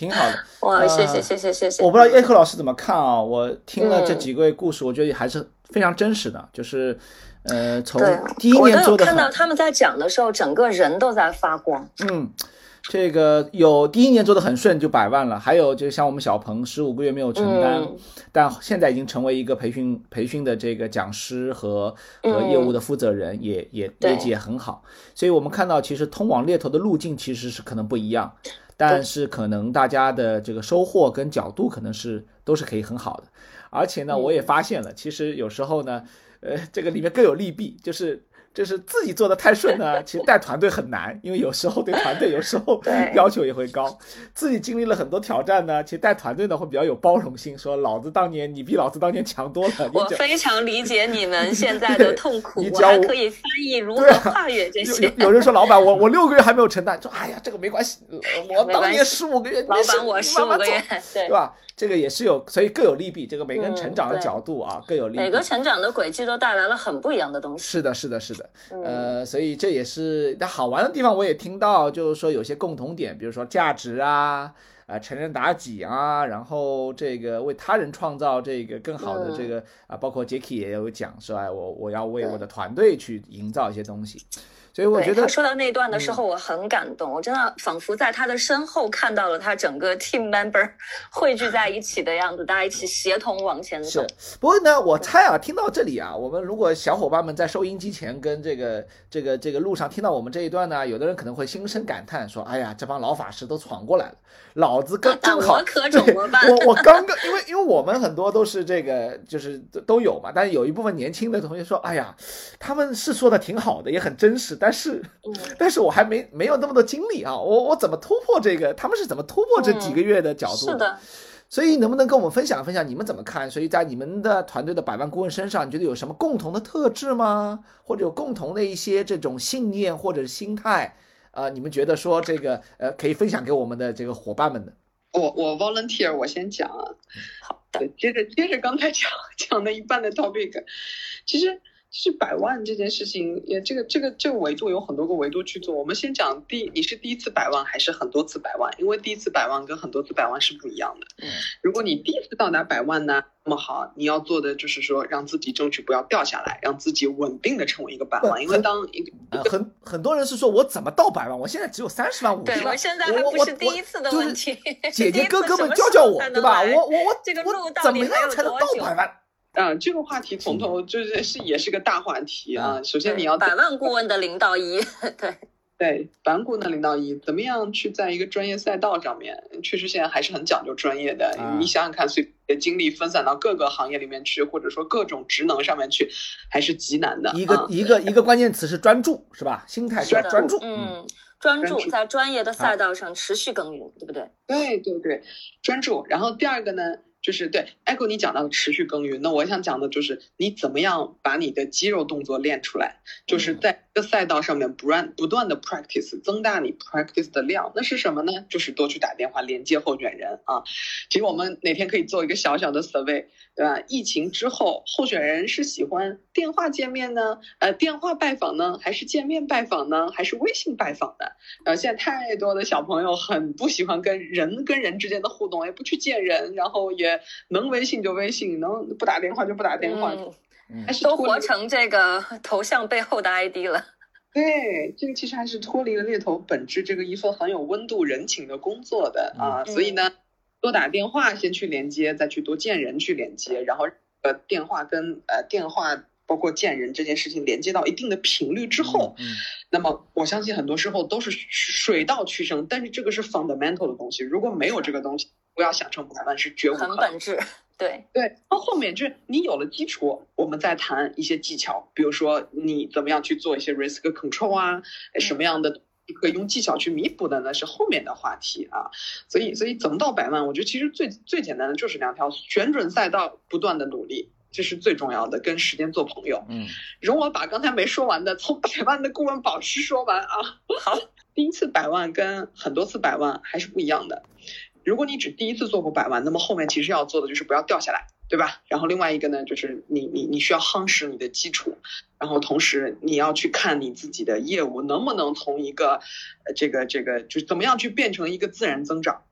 挺好的。 哇，谢谢谢谢谢谢。 我不知道叶克老师怎么看啊？我听了这几个故事，我觉得还是非常真实的，就是从第一年做的， 我都有看到他们在讲的时候，整个人都在发光。 这个有第一年做的很顺就100万了，还有就像我们小鹏15个月没有承担，但现在已经成为一个培训的这个讲师和业务的负责人，也业绩也很好。所以我们看到其实通往猎头的路径其实是可能不一样，但是可能大家的这个收获跟角度可能都是可以很好的。而且呢，我也发现了，其实有时候呢，这个里面各有利弊，就是自己做的太顺呢，其实带团队很难，因为有时候对团队有时候要求也会高。自己经历了很多挑战呢，其实带团队呢会比较有包容性，说你比老子当年强多了。 我非常理解你们现在的痛苦，我还可以翻译如何跨越这些。 有人说老板我6个月还没有承担，说哎呀这个没关系，我当年15个月， 老板我15个月，对吧？这个也是有，所以各有利弊，这个每个人成长的角度啊，各有利弊。 每个成长的轨迹都带来了很不一样的东西。 是的，所以这也是那好玩的地方。我也听到，就是说有些共同点，比如说价值啊，承认妲己啊，然后这个为他人创造这个更好的这个包括 Jacky 也有讲是吧？我要为我的团队去营造一些东西。所以我觉得他说到那段的时候，我很感动，我真的仿佛在他的身后看到了他整个 team member 汇聚在一起的样子，大家一起协同往前走。 是，不过呢，我猜啊，听到这里啊，我们如果小伙伴们在收音机前跟这个路上听到我们这一段呢，有的人可能会心生感叹，说：“哎呀，这帮老法师都闯过来了，老子正好。” 我可怎么办？ 我刚刚因为我们很多都是这个就是都有嘛，但是有一部分年轻的同学说：“哎呀，他们是说的挺好的，也很真实，但是我还没有那么多精力啊，我怎么突破这个？他们是怎么突破这几个月的角度？ 是的。 所以能不能跟我们分享分享你们怎么看？所以在你们的团队的100万顾问身上，你觉得有什么共同的特质吗？或者有共同的一些这种信念或者心态？你们觉得说这个可以分享给我们的这个伙伴们的？ 我 volunteer 我先讲啊。 好的， 接着刚才讲的一半的 topic， 其实100万这件事情，也这个维度有很多个维度去做。我们先讲你是第一次100万还是很多次100万？因为第一次100万跟很多次100万是不一样的。如果你第一次到达100万呢，那么好，你要做的就是说让自己争取不要掉下来，让自己稳定的成为一个100万。因为当很多人是说我怎么到100万？我现在只有30万、50万。 对，我现在还不是第一次的问题。 姐姐哥哥们教我，对吧？我这个路到怎么底样才能到100万？ 这个话题从头也是个大话题啊。首先你要 100万顾问的0到1， 对100万顾问的0到1，怎么样去在一个专业赛道上面？确实现在还是很讲究专业的。你想想看，随便精力分散到各个行业里面去，或者说各种职能上面去，还是极难的。 一个关键词是专注，是吧？心态是专注。 专注在专业的赛道上持续耕耘，对不对？ 对，专注。然后第二个呢？就是对 Echo 你讲到的持续耕耘，那我想讲的就是你怎么样把你的肌肉动作练出来，就是在这个赛道上面不断的 practice， 增大你 practice 的量。那是什么呢？就是多去打电话连接候选人啊。其实我们哪天可以做一个小小的 survey， 对吧？疫情之后，候选人是喜欢电话见面呢，电话拜访呢，还是见面拜访呢，还是微信拜访呢？现在太多的小朋友很不喜欢跟人之间的互动，也不去见人，然后也能微信就微信，能不打电话就不打电话，还是都活成这个头像背后的 ID 了。 对，这个其实还是脱离了猎头本质这个一份很有温度人情的工作的啊。所以呢，多打电话先去连接，再去多见人去连接，然后电话跟电话包括见人这件事情连接到一定的频率之后，那么我相信很多时候都是水到渠成，但是这个是 fundamental 的东西，如果没有这个东西，不要想成100万是绝无可能。 很本质。对， 到后面就是你有了基础，我们再谈一些技巧，比如说你怎么样去做一些 risk control 啊，什么样的可以用技巧去弥补的呢？是后面的话题啊。所以怎么到100万？我觉得其实最简单的就是2条：选准赛道，不断的努力，这是最重要的，跟时间做朋友。容我把刚才没说完的从100万的顾问保持说完啊。好，第一次100万跟很多次100万还是不一样的。如果你只第一次做过100万，那么后面其实要做的就是不要掉下来，对吧？然后另外一个呢，就是你需要夯实你的基础，然后同时你要去看你自己的业务能不能从一个这个就是怎么样去变成一个自然增长。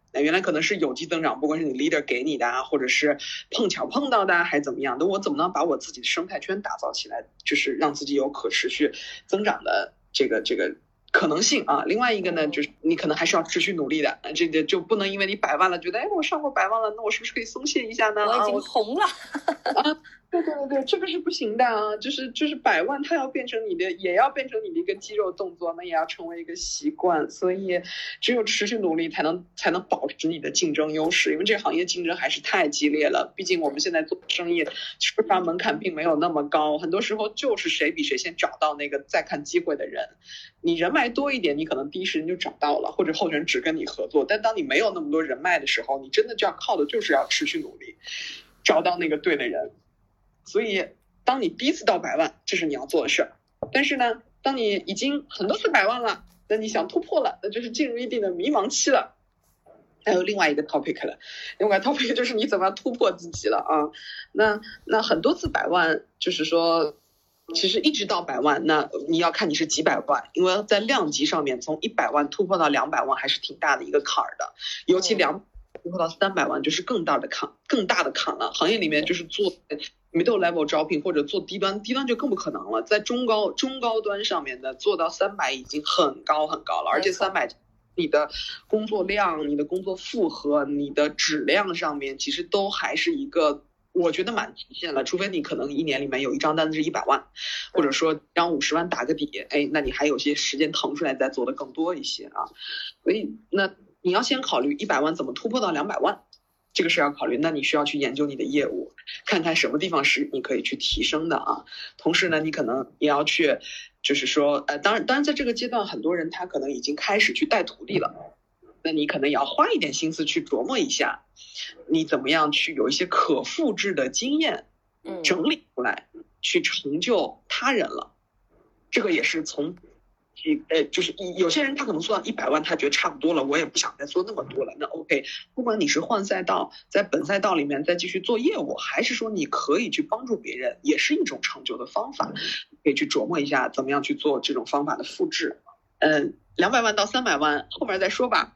那原来可能是有机增长，不管是你 leader 给你的啊，或者是碰巧碰到的啊，还是怎么样的，我怎么能把我自己的生态圈打造起来，就是让自己有可持续增长的这个可能性啊。另外一个呢，就是你可能还是要持续努力的，这个就不能因为你100万了，觉得我上过100万了，那我是不是可以松懈一下呢？ 我已经红了对，这个是不行的啊，就是100万，它要变成你的，也要变成你的一个肌肉动作，那也要成为一个习惯，所以只有持续努力才能保持你的竞争优势，因为这个行业竞争还是太激烈了。毕竟我们现在做生意，出发门槛并没有那么高，很多时候就是谁比谁先找到那个再看机会的人。你人脉多一点，你可能第一时间就找到了，或者候选人只跟你合作。但当你没有那么多人脉的时候，你真的就要靠的就是要持续努力，找到那个对的人。所以当你第一次到100万，这是你要做的事儿。但是呢，当你已经很多次100万了，那你想突破了，那就是进入一定的迷茫期了。还有另外一个 topic 了，另外 topic 就是你怎么样突破自己了啊？那很多次100万，就是说其实一直到100万，那你要看你是几百万，因为在量级上面，从100万突破到200万还是挺大的一个坎儿的，尤其突破到300万就是更大的坎了。行业里面就是做middle level 招聘或者做低端就更不可能了。在中高端上面的做到300已经很高了，而且300你的工作量、你的工作负荷、你的质量上面其实都还是一个我觉得蛮极限了，除非你可能一年里面有一张单子是100万，或者说张50万打个底，那你还有些时间腾出来再做的更多一些啊。所以那你要先考虑100万怎么突破到200万，这个是要考虑。那你需要去研究你的业务，看看什么地方是你可以去提升的啊。同时呢，你可能也要去，就是说，当然在这个阶段，很多人他可能已经开始去带徒弟了，那你可能也要花一点心思去琢磨一下，你怎么样去有一些可复制的经验，整理出来，去成就他人了。这个也是从。就是有些人他可能做到100万，他觉得差不多了，我也不想再做那么多了。那 OK， 不管你是换赛道，在本赛道里面再继续做业务，还是说你可以去帮助别人，也是一种成就的方法，可以去琢磨一下怎么样去做这种方法的复制。200万到300万后面再说吧。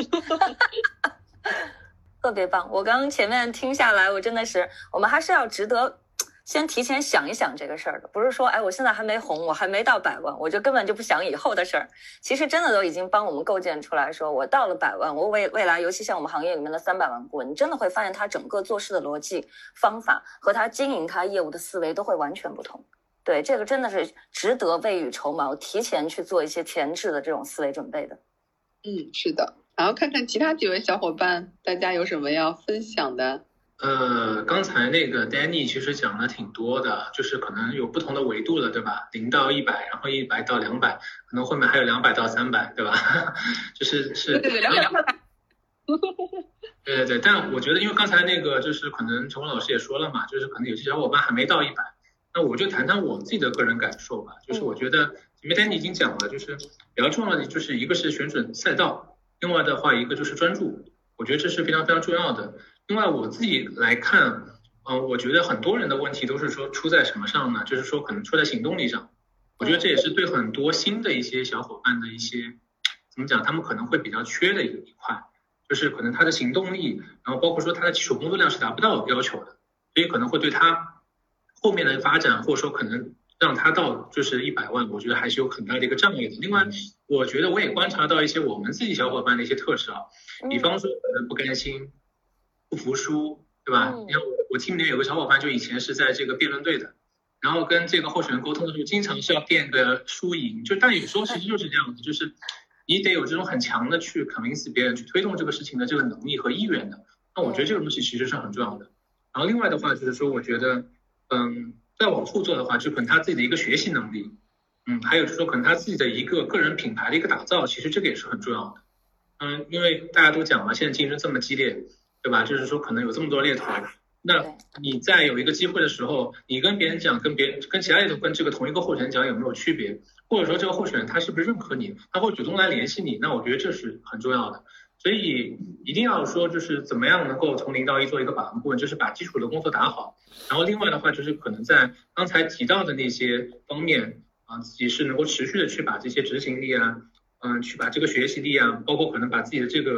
特别棒！我刚刚前面听下来，我真的是，我们还是要值得先提前想一想这个事儿的，不是说我现在还没红，我还没到100万，我就根本就不想以后的事儿。其实真的都已经帮我们构建出来说，我到了100万，我未来尤其像我们行业里面的300万顾问，你真的会发现他整个做事的逻辑方法和他经营他业务的思维都会完全不同。对，这个真的是值得未雨绸缪，提前去做一些前置的这种思维准备的。 是的。然后看看其他几位小伙伴，大家有什么要分享的？ 刚才那个 Danny 其实讲的挺多的，就是可能有不同的维度了，对吧？0到100，然后100到200，可能后面还有200到300，对吧？就是对200。 对，但我觉得，因为刚才那个就是可能陈红老师也说了嘛，就是可能有些小伙伴还没到100，那我就谈谈我自己的个人感受吧。就是我觉得前面 Danny 已经讲了，就是比较重要的就是一个是选准赛道，另外的话一个就是专注，我觉得这是非常非常重要的。另外我自己来看，我觉得很多人的问题都是说出在什么上呢？就是说可能出在行动力上。我觉得这也是对很多新的一些小伙伴的一些怎么讲，他们可能会比较缺的一块，就是可能他的行动力，然后包括说他的基础工作量是达不到要求的，所以可能会对他后面的发展，或者说可能让他到就是100万，我觉得还是有很大的一个障碍的。另外，我觉得我也观察到一些我们自己小伙伴的一些特质啊，比方说可能不甘心、不服输，对吧？你看我team里面有个小伙伴，就以前是在这个辩论队的，然后跟这个候选人沟通的时候，经常是要辩个输赢，但有时候其实就是这样子，就是你得有这种很强的去 convince 别人去推动这个事情的这个能力和意愿的。那我觉得这个东西其实是很重要的。然后另外的话就是说，我觉得再往后做的话，就可能他自己的一个学习能力，还有就是说可能他自己的一个个人品牌的一个打造，其实这个也是很重要的。因为大家都讲了，现在竞争这么激烈，对吧？就是说可能有这么多猎头，那你在有一个机会的时候，你跟别人讲，跟其他猎头跟这个同一个候选人讲有没有区别，或者说这个候选人他是不是认可你，他会主动来联系你，那我觉得这是很重要的。所以一定要说就是怎么样能够从0到1做一个把关顾问，就是把基础的工作打好。然后另外的话就是可能在刚才提到的那些方面自己是能够持续的去把这些执行力啊，去把这个学习力啊，包括可能把自己的这个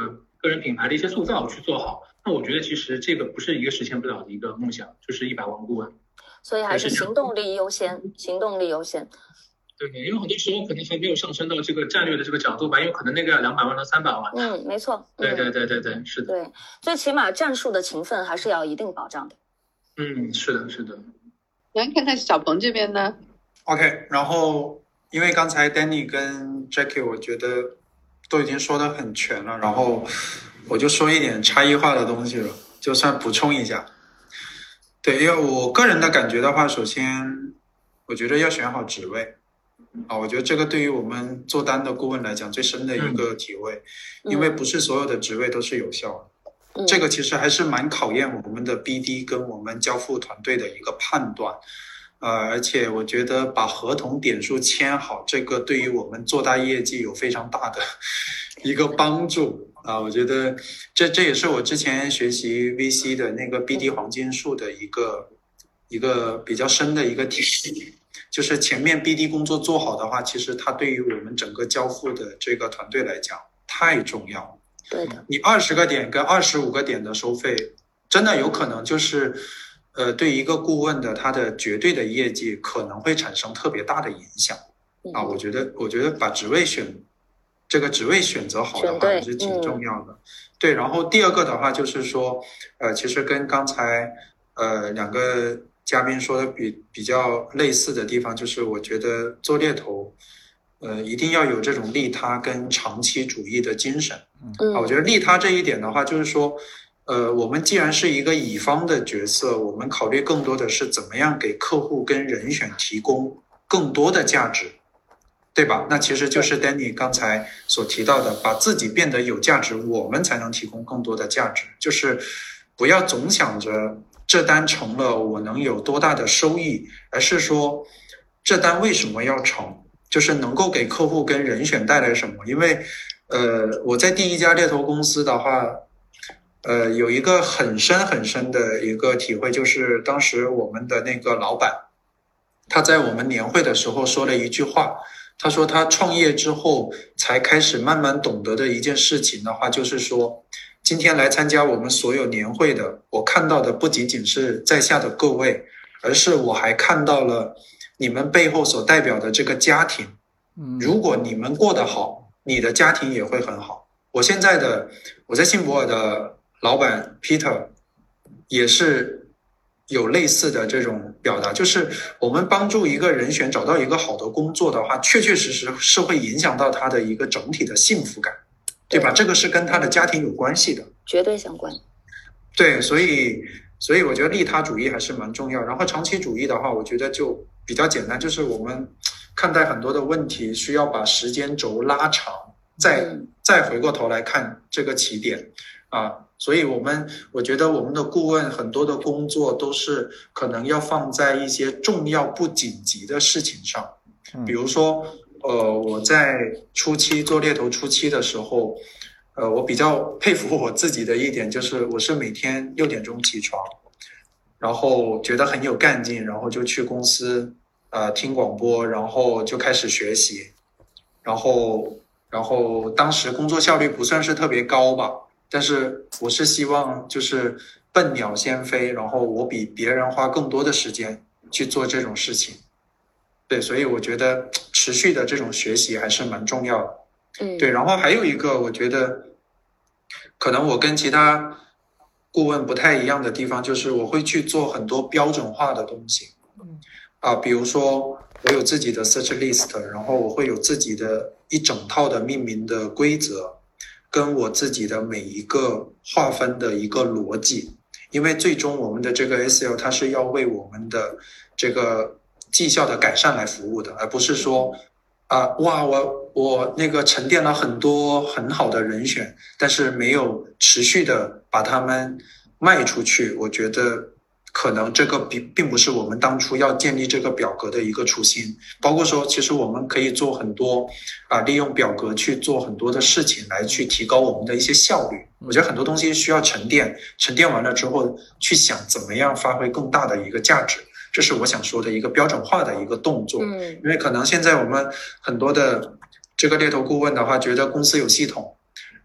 个人品牌的一些塑造去做好。那我觉得其实这个不是一个实现不了的一个梦想，就是100万顾问。 所以还是行动力优先，行动力优先。 对，因为很多时候可能还没有上升到这个战略的这个角度吧，因为可能那个要200万到300万。 没错。 对，是的。 对，最起码战术的勤奋还是要一定保障的。 是的。 来看看小鹏这边呢。 OK， 然后因为刚才 Danny 跟 Jackie 我觉得都已经说得很全了，然后我就说一点差异化的东西了，就算补充一下。对，因为我个人的感觉的话，首先我觉得要选好职位我觉得这个对于我们做单的顾问来讲最深的一个体会，因为不是所有的职位都是有效的，这个其实还是蛮考验我们的 BD 跟我们交付团队的一个判断。而且我觉得把合同点数签好，这个对于我们做大业绩有非常大的一个帮助我觉得这也是我之前学习 VC 的那个 BD 黄金术的一个比较深的一个体系，就是前面 BD 工作做好的话，其实它对于我们整个交付的这个团队来讲太重要。 对的， 你20个点跟25个点的收费，真的有可能就是对一个顾问的他的绝对的业绩可能会产生特别大的影响我觉得把职位这个职位选择好的话还是挺重要的。对，然后第二个的话就是说其实跟刚才两个嘉宾说的比较类似的地方，就是我觉得做猎头一定要有这种利他跟长期主义的精神我觉得利他这一点的话就是说我们既然是一个乙方的角色，我们考虑更多的是怎么样给客户跟人选提供更多的价值，对吧？那其实就是 Danny 刚才所提到的，把自己变得有价值，我们才能提供更多的价值。就是不要总想着这单成了我能有多大的收益，而是说这单为什么要成，就是能够给客户跟人选带来什么。因为我在第一家猎头公司的话有一个很深的一个体会，就是当时我们的那个老板，他在我们年会的时候说了一句话，他说他创业之后才开始慢慢懂得的一件事情的话，就是说今天来参加我们所有年会的，我看到的不仅仅是在下的各位，而是我还看到了你们背后所代表的这个家庭。如果你们过得好，你的家庭也会很好。我在信博尔的老板 Peter 也是有类似的这种表达，就是我们帮助一个人选找到一个好的工作的话，确实是会影响到他的一个整体的幸福感，对吧？这个是跟他的家庭有关系的， 绝对相关。 对，所以我觉得利他主义还是蛮重要。然后长期主义的话，我觉得就比较简单，就是我们看待很多的问题需要把时间轴拉长，再回过头来看这个起点所以我觉得我们的顾问很多的工作都是可能要放在一些重要不紧急的事情上。比如说我在初期做猎头初期的时候我比较佩服我自己的一点，就是我是每天6点钟起床，然后觉得很有干劲，然后就去公司听广播，然后就开始学习，然后当时工作效率不算是特别高吧，但是我是希望就是笨鸟先飞，然后我比别人花更多的时间去做这种事情。对，所以我觉得持续的这种学习还是蛮重要的。对，然后还有一个我觉得可能我跟其他顾问不太一样的地方，就是我会去做很多标准化的东西比如说我有自己的 search list， 然后我会有自己的一整套的命名的规则，跟我自己的每一个划分的一个逻辑。因为最终我们的这个 SEO 它是要为我们的这个绩效的改善来服务的，而不是说我那个沉淀了很多很好的人选，但是没有持续的把他们卖出去。我觉得可能这个并不是我们当初要建立这个表格的一个初心。包括说其实我们可以做很多利用表格去做很多的事情来去提高我们的一些效率。我觉得很多东西需要沉淀完了之后去想怎么样发挥更大的一个价值，这是我想说的一个标准化的一个动作。因为可能现在我们很多的这个猎头顾问的话，觉得公司有系统，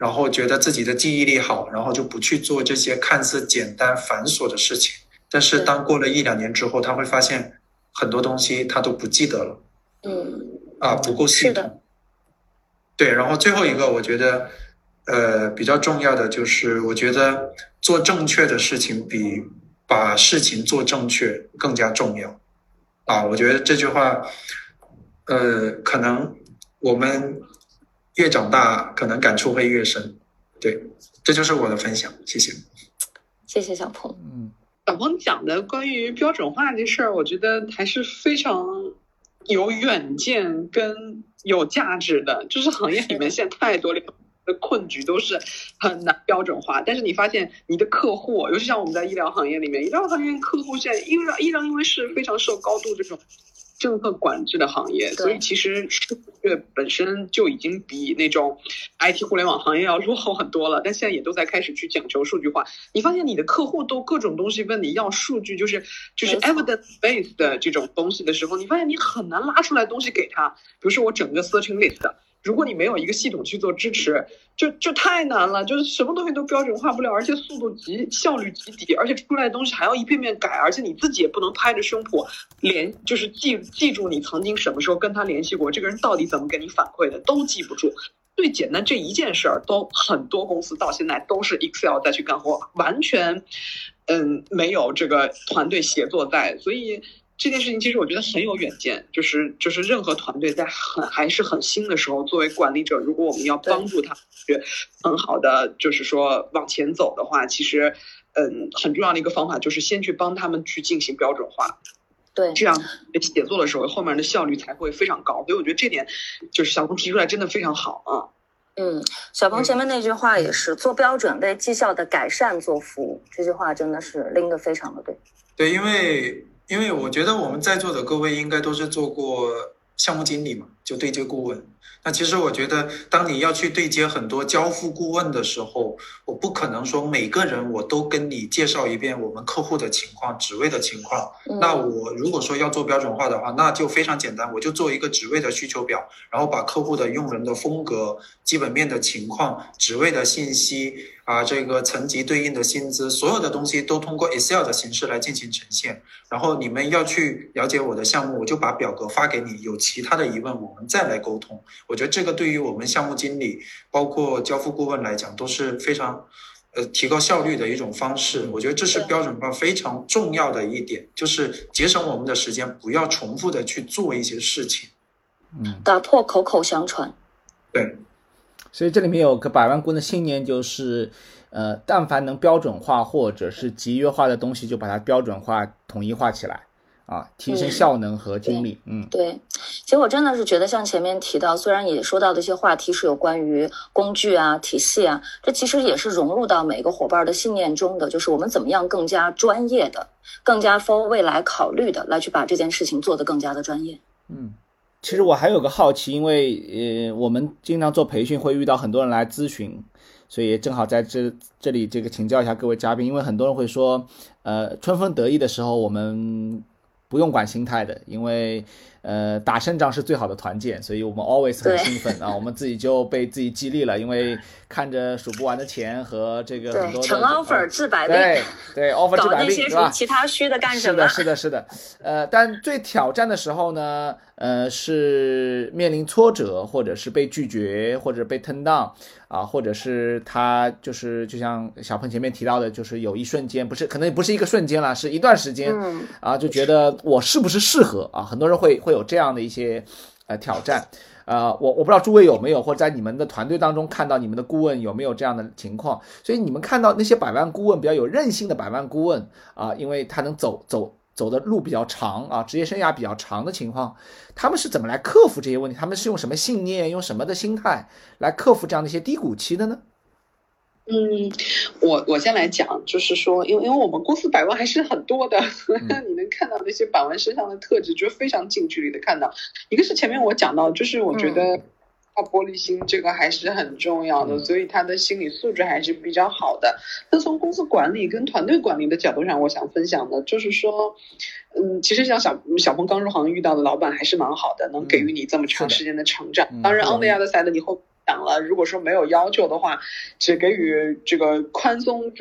然后觉得自己的记忆力好，然后就不去做这些看似简单繁琐的事情。但是当过了1-2年之后，他会发现很多东西他都不记得了，不够系统。对，然后最后一个我觉得比较重要的就是，我觉得做正确的事情比把事情做正确更加重要我觉得这句话可能我们越长大可能感触会越深。对，这就是我的分享，谢谢。 谢谢小鹏。 小鹏讲的关于标准化这事儿，我觉得还是非常有远见跟有价值的。就是行业里面现在太多的困局都是很难标准化，但是你发现你的客户，尤其像我们在医疗行业里面，医疗行业客户现在医疗因为是非常受高度这种政策管制的行业，所以其实数据本身就已经比那种 IT 互联网行业要落后很多了，但现在也都在开始去讲求数据化。你发现你的客户都各种东西问你要数据，就是 evidence based 的这种东西的时候，你发现你很难拉出来东西给他。比如说我整个 searching list，如果你没有一个系统去做支持，就太难了，就是什么东西都标准化不了，而且效率极低，而且出来的东西还要一遍遍改，而且你自己也不能拍着胸脯就是记住你曾经什么时候跟他联系过，这个人到底怎么给你反馈的都记不住。最简单这一件事儿，都很多公司到现在都是 Excel 再去干活，完全没有这个团队协作在，所以这件事情其实我觉得很有远见，就是任何团队在还是很新的时候，作为管理者，如果我们要帮助他去很好的就是说往前走的话，其实很重要的一个方法就是先去帮他们去进行标准化。 对， 这样写作的时候后面的效率才会非常高，所以我觉得这点就是小鹏提出来真的非常好啊。 小鹏前面那句话也是做标准为绩效的改善做服务，这句话真的是拎得非常的对。 对，因为我觉得我们在座的各位应该都是做过项目经理嘛，就对接顾问。那其实我觉得当你要去对接很多交付顾问的时候，我不可能说每个人我都跟你介绍一遍我们客户的情况、职位的情况。那我如果说要做标准化的话，那就非常简单，我就做一个职位的需求表，然后把客户的用人的风格、基本面的情况、职位的信息这个层级对应的薪资，所有的东西都通过 Excel 的形式来进行呈现。然后你们要去了解我的项目，我就把表格发给你，有其他的疑问我们再来沟通。我觉得这个对于我们项目经理包括交付顾问来讲都是非常提高效率的一种方式。我觉得这是标准化非常重要的一点，就是节省我们的时间，不要重复的去做一些事情。 打破口口相传。 对， 所以这里面有个百万顾问的信念，就是但凡能标准化或者是集约化的东西，就把它标准化统一化起来提升效能和精力。 对，其实我真的是觉得像前面提到，虽然也说到的一些话题是有关于工具体系这其实也是融入到每个伙伴的信念中的，就是我们怎么样更加专业的、更加 for 未来考虑的来去把这件事情做得更加的专业。 其实我还有个好奇，因为我们经常做培训会遇到很多人来咨询，所以正好在这里这个请教一下各位嘉宾，因为很多人会说春风得意的时候我们不用管心态的，因为打胜仗是最好的团建，所以我们 always 很兴奋我们自己就被自己激励了，因为看着数不完的钱和这个很多的成 offer 治百病， 对 offer 治百病， 搞那些什么其他虚的干什么？ 是的。但最挑战的时候呢，是面临挫折，或者是被拒绝，或者被turn down或者是他就像小鹏前面提到的，就是有一瞬间，可能不是一个瞬间了，是一段时间就觉得我是不是适合很多人会有这样的一些挑战。我不知道诸位有没有，或者在你们的团队当中看到你们的顾问有没有这样的情况。所以你们看到那些百万顾问，比较有韧性的百万顾问因为他能走的路比较长职业生涯比较长的情况，他们是怎么来克服这些问题？他们是用什么信念，用什么的心态来克服这样的一些低谷期的呢？ 我先来讲，就是说，因为我们公司百万还是很多的，你能看到那些百万身上的特质，就是非常近距离的看到。一个是前面我讲到，就是我觉得玻璃心这个还是很重要的，所以他的心理素质还是比较好的。那从公司管理跟团队管理的角度上，我想分享的就是说，其实像小鹏刚入行遇到的老板还是蛮好的，能给予你这么长时间的成长。当然 on the other side 你后讲了，如果说没有要求的话，只给予这个宽松，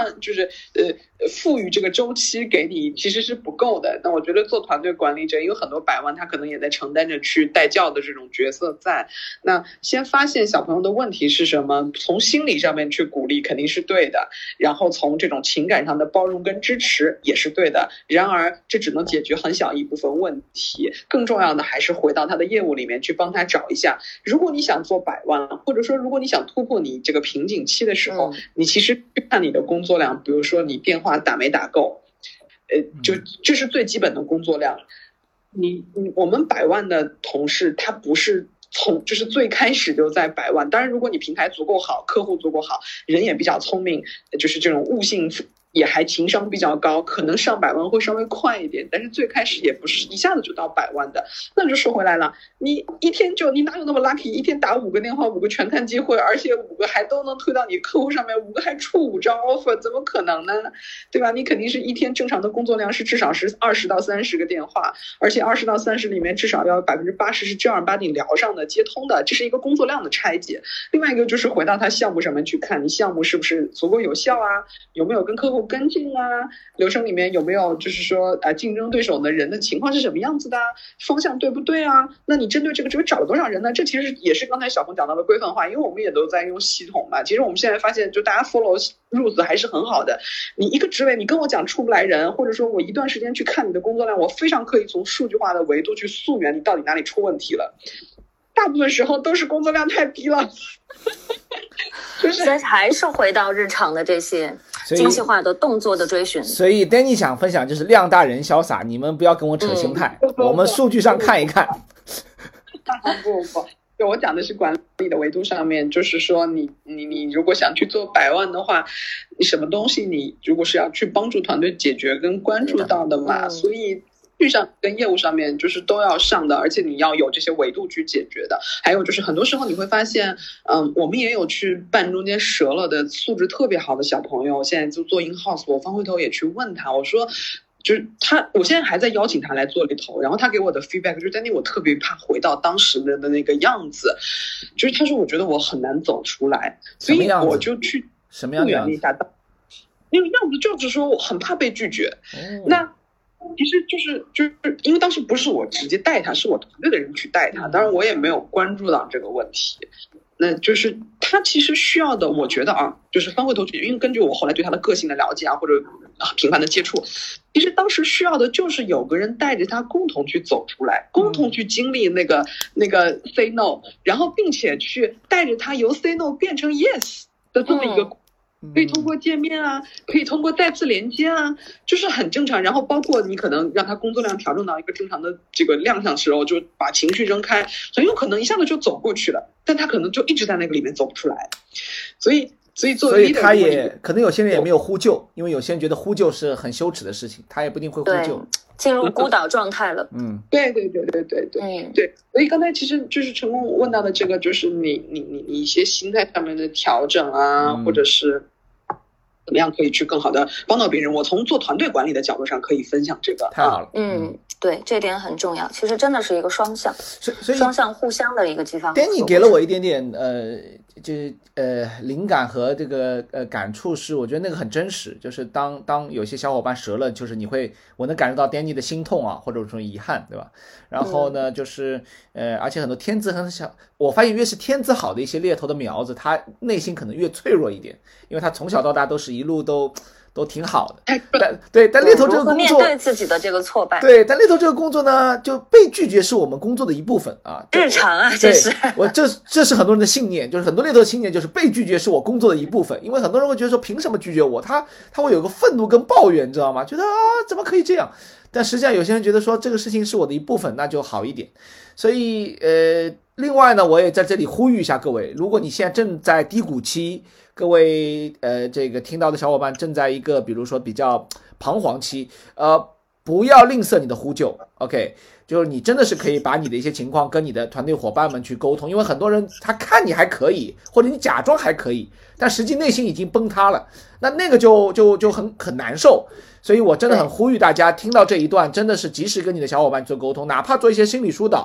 赋予这个周期给你，其实是不够的。那我觉得做团队管理者，有很多百万他可能也在承担着去带教的这种角色在。那先发现小朋友的问题是什么，从心理上面去鼓励肯定是对的，然后从这种情感上的包容跟支持也是对的。然而这只能解决很小一部分问题，更重要的还是回到他的业务里面去帮他找一下，如果你想做百万，或者说如果你想突破你这个瓶颈期的时候，你其实去看你的工作量，比如说你电话打没打够，这是最基本的工作量。我们百万的同事他不是就是最开始就在百万，当然如果你平台足够好，客户足够好，人也比较聪明，就是这种悟性也还情商比较高，可能上百万会稍微快一点，但是最开始也不是一下子就到百万的。那就说回来了，你一天你哪有那么 lucky， 一天打5个电话，5个全看机会，而且5个还都能推到你客户上面，5个还出5招 offer， 怎么可能呢？对吧？你肯定是一天正常的工作量是至少是20到30个电话，而且20到30里面至少要80%是正儿八经聊上的、接通的，这是一个工作量的拆解。另外一个就是回到他项目上面去看，你项目是不是足够有效啊？有没有跟客户跟进啊？流程里面有没有就是说竞争对手的人的情况是什么样子的？方向对不对啊？那你针对这个职位找了多少人呢？这其实也是刚才小鹏讲到的规范化，因为我们也都在用系统嘛。其实我们现在发现，就大家 follow rules 还是很好的。你一个职位，你跟我讲出不来人，或者说我一段时间去看你的工作量，我非常可以从数据化的维度去溯源你到底哪里出问题了。大部分时候都是工作量太低了。 所以还是回到日常的这些精细化的动作的追寻。 所以 Danny 想分享就是量大人潇洒，你们不要跟我扯心态，我们数据上看一看。 不，对，我讲的是管理的维度上面，就是说你如果想去做百万的话，你什么东西你如果是要去帮助团队解决跟关注到的嘛，所以数据上跟业务上面就是都要上的，而且你要有这些维度去解决的。还有就是很多时候你会发现，我们也有去办中间折了的素质特别好的小朋友，现在就做 in house， 我翻回头也去问他，我说就是我现在还在邀请他来做里头，然后他给我的 feedback 就是Danny，我特别怕回到当时的那个样子，就是他说我觉得我很难走出来，所以我就去什么样的样子？ 那个样子就是说我很怕被拒绝。那其实就是因为当时不是我直接带他，是我团队的人去带他，当然我也没有关注到这个问题。那就是他其实需要的，我觉得就是翻回头去，因为根据我后来对他的个性的了解或者频繁的接触，其实当时需要的就是有个人带着他共同去走出来，共同去经历那个 say no， 然后并且去带着他由 say no 变成 yes 的这么一个。可以通过见面可以通过再次连接就是很正常。然后包括你可能让他工作量调整到一个正常的这个量上时候，就把情绪扔开，很有可能一下子就走过去了，但他可能就一直在那个里面走不出来。所以作为 leader， 他也可能有些人也没有呼救，因为有些人觉得呼救是很羞耻的事情，他也不一定会呼救， 进入孤岛状态了。 对。所以刚才其实就是成功问到的这个，就是你一些心态上面的调整或者是怎么样可以去更好的帮到别人。我从做团队管理的角度上可可以分享这个。 太好了。 对，这点很重要。其实真的是一个双向，双向互相的一个激发。 Danny 给了我一点点就是灵感和这个感触，是我觉得那个很真实。就是当有些小伙伴折了，就是我能感受到 Danny 的心痛或者说遗憾，对吧？然后呢，就是而且很多天资很小，我发现越是天资好的一些猎头的苗子，他内心可能越脆弱一点，因为他从小到大都是一路都挺好的，但猎头这个工作面对自己的这个挫败， 对，但猎头这个工作呢，就被拒绝是我们工作的一部分日常这是这是很多人的信念，就是很多猎头的信念就是被拒绝是我工作的一部分，因为很多人会觉得说凭什么拒绝我，他会有个愤怒跟抱怨，你知道吗？觉得怎么可以这样？但实际上有些人觉得说这个事情是我的一部分，那就好一点。所以另外呢，我也在这里呼吁一下各位，如果你现在正在低谷期，各位这个听到的小伙伴正在一个比如说比较彷徨期，不要吝啬你的呼救 ，OK， 就是你真的是可以把你的一些情况跟你的团队伙伴们去沟通，因为很多人他看你还可以，或者你假装还可以，但实际内心已经崩塌了，那个就很难受。所以我真的很呼吁大家听到这一段，真的是及时跟你的小伙伴做沟通，哪怕做一些心理疏导，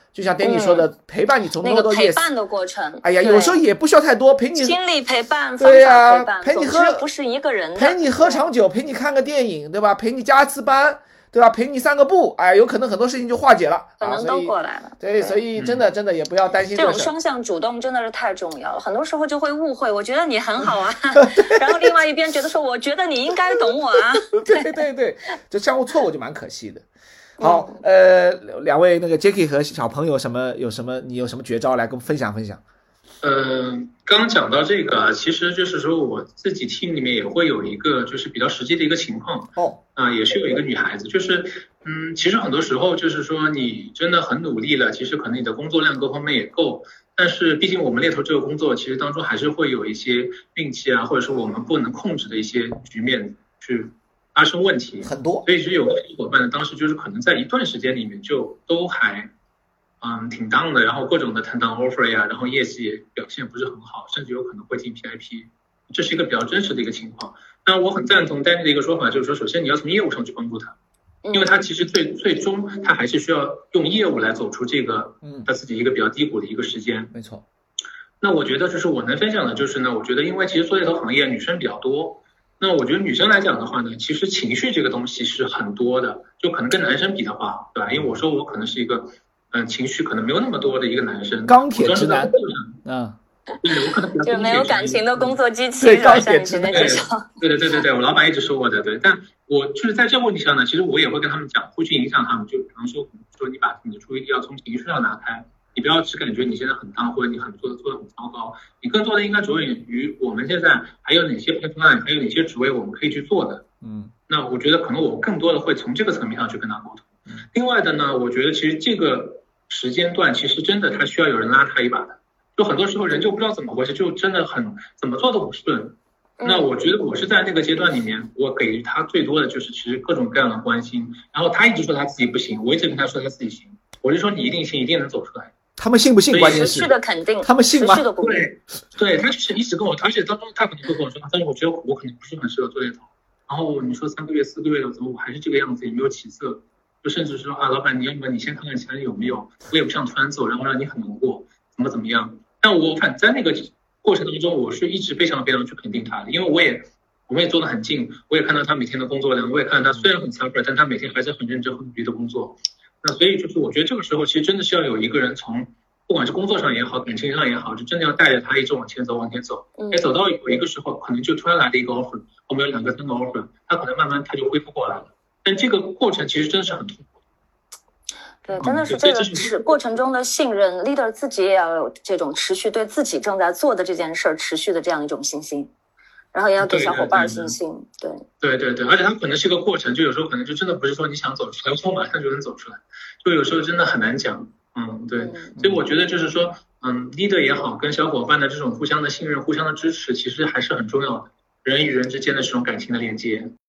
就像 Danny 说的，陪伴你从头到 yes， 陪伴的过程， 哎呀，有时候也不需要太多，陪你心理陪伴， 对呀、 陪伴， 陪你喝不是一个人的， 陪你喝场酒，陪你看个电影，对吧？陪你加次班，对吧？陪你散个步，哎，有可能很多事情就化解了， 可能都过来了。 对，所以真的也不要担心这种双向主动真的是太重要了，很多时候就会误会，我觉得你很好啊，然后另外一边觉得说，我觉得你应该懂我啊。 对，这相互错误就蛮可惜的。好，两位那个 Jacky 和小朋友你有什么绝招来跟我们分享分享？ 刚刚讲到这个，其实就是说我自己 team 里面也会有一个就是比较实际的一个情况也是有一个女孩子，就是其实很多时候就是说你真的很努力了，其实可能你的工作量各方面也够，但是毕竟我们猎头这个工作其实当中还是会有一些运气啊，或者说我们不能控制的一些局面去发生问题很多， 所以是有个伙伴呢，当时就是可能在一段时间里面就都还挺 down 的，然后各种的 turn down offer 呀，然后业绩也表现不是很好，甚至有可能会进 PIP， 这是一个比较真实的一个情况。那我很赞同 Danny 的一个说法，就是说首先你要从业务上去帮助他，因为他其实最终他还是需要用业务来走出这个他自己一个比较低谷的一个时间。 没错。 那我觉得就是我能分享的就是呢，我觉得因为其实做猎头行业女生比较多，那我觉得女生来讲的话呢，其实情绪这个东西是很多的，就可能跟男生比的话，对吧？因为我说我可能是一个情绪可能没有那么多的一个男生， 钢铁直男， 对，我可能比较就没有感情的工作机器， 对，钢铁直男， 对，我老板一直说我的，对，但我就是在这个问题上呢，其实我也会跟他们讲，会去影响他们，就比方说你把你的注意力要从情绪上拿开，你不要只感觉你现在很当，或者你做的很糟糕，你更多的应该着眼于我们现在还有哪些 pipeline， 还有哪些职位我们可以去做的。那我觉得可能我更多的会从这个层面上去跟他沟通。另外的呢，我觉得其实这个时间段其实真的他需要有人拉他一把的，就很多时候人就不知道怎么回事，就真的怎么做都不顺。那我觉得我是在那个阶段里面，我给予他最多的就是其实各种各样的关心，然后他一直说他自己不行，我一直跟他说他自己行，我就说你一定行，一定能走出来。 他们信不信？关键是持续的肯定， 他们信吗？ 对，他就是一直跟我，而且当中他可能会跟我说，但是我觉得我可能不是很适合做猎头。然后你说3个月、4个月了，怎么我还是这个样子，也没有起色？就甚至说老板，你要不你先看看其他人有没有，我也不想突然走，然后让你很难过，怎么样？但我在那个过程当中，我是一直非常非常去肯定他的，因为我们也做得很近，我也看到他每天的工作量，我也看到他虽然很 suffer， 但他每天还是很认真、很努力的工作。那所以就是我觉得这个时候其实真的是要有一个人从不管是工作上也好，感情上也好，就真的要带着他一直往前走。走到有一个时候，可能就突然来了一个 offer， 我们有2个3个 offer， 他可能慢慢他就恢复过来了。但这个过程其实真的是很痛苦。 对，真的是这个过程中的信任 ，leader 自己也要有这种持续对自己正在做的这件事儿持续的这样一种信心，然后也要给小伙伴信心。对， 而且它可能是个过程，就有时候可能就真的不是说你想走出来，我马上就能走出来，就有时候真的很难讲。对，所以我觉得就是说，leader 也好，跟小伙伴的这种互相的信任、互相的支持，其实还是很重要的，人与人之间的这种感情的连接。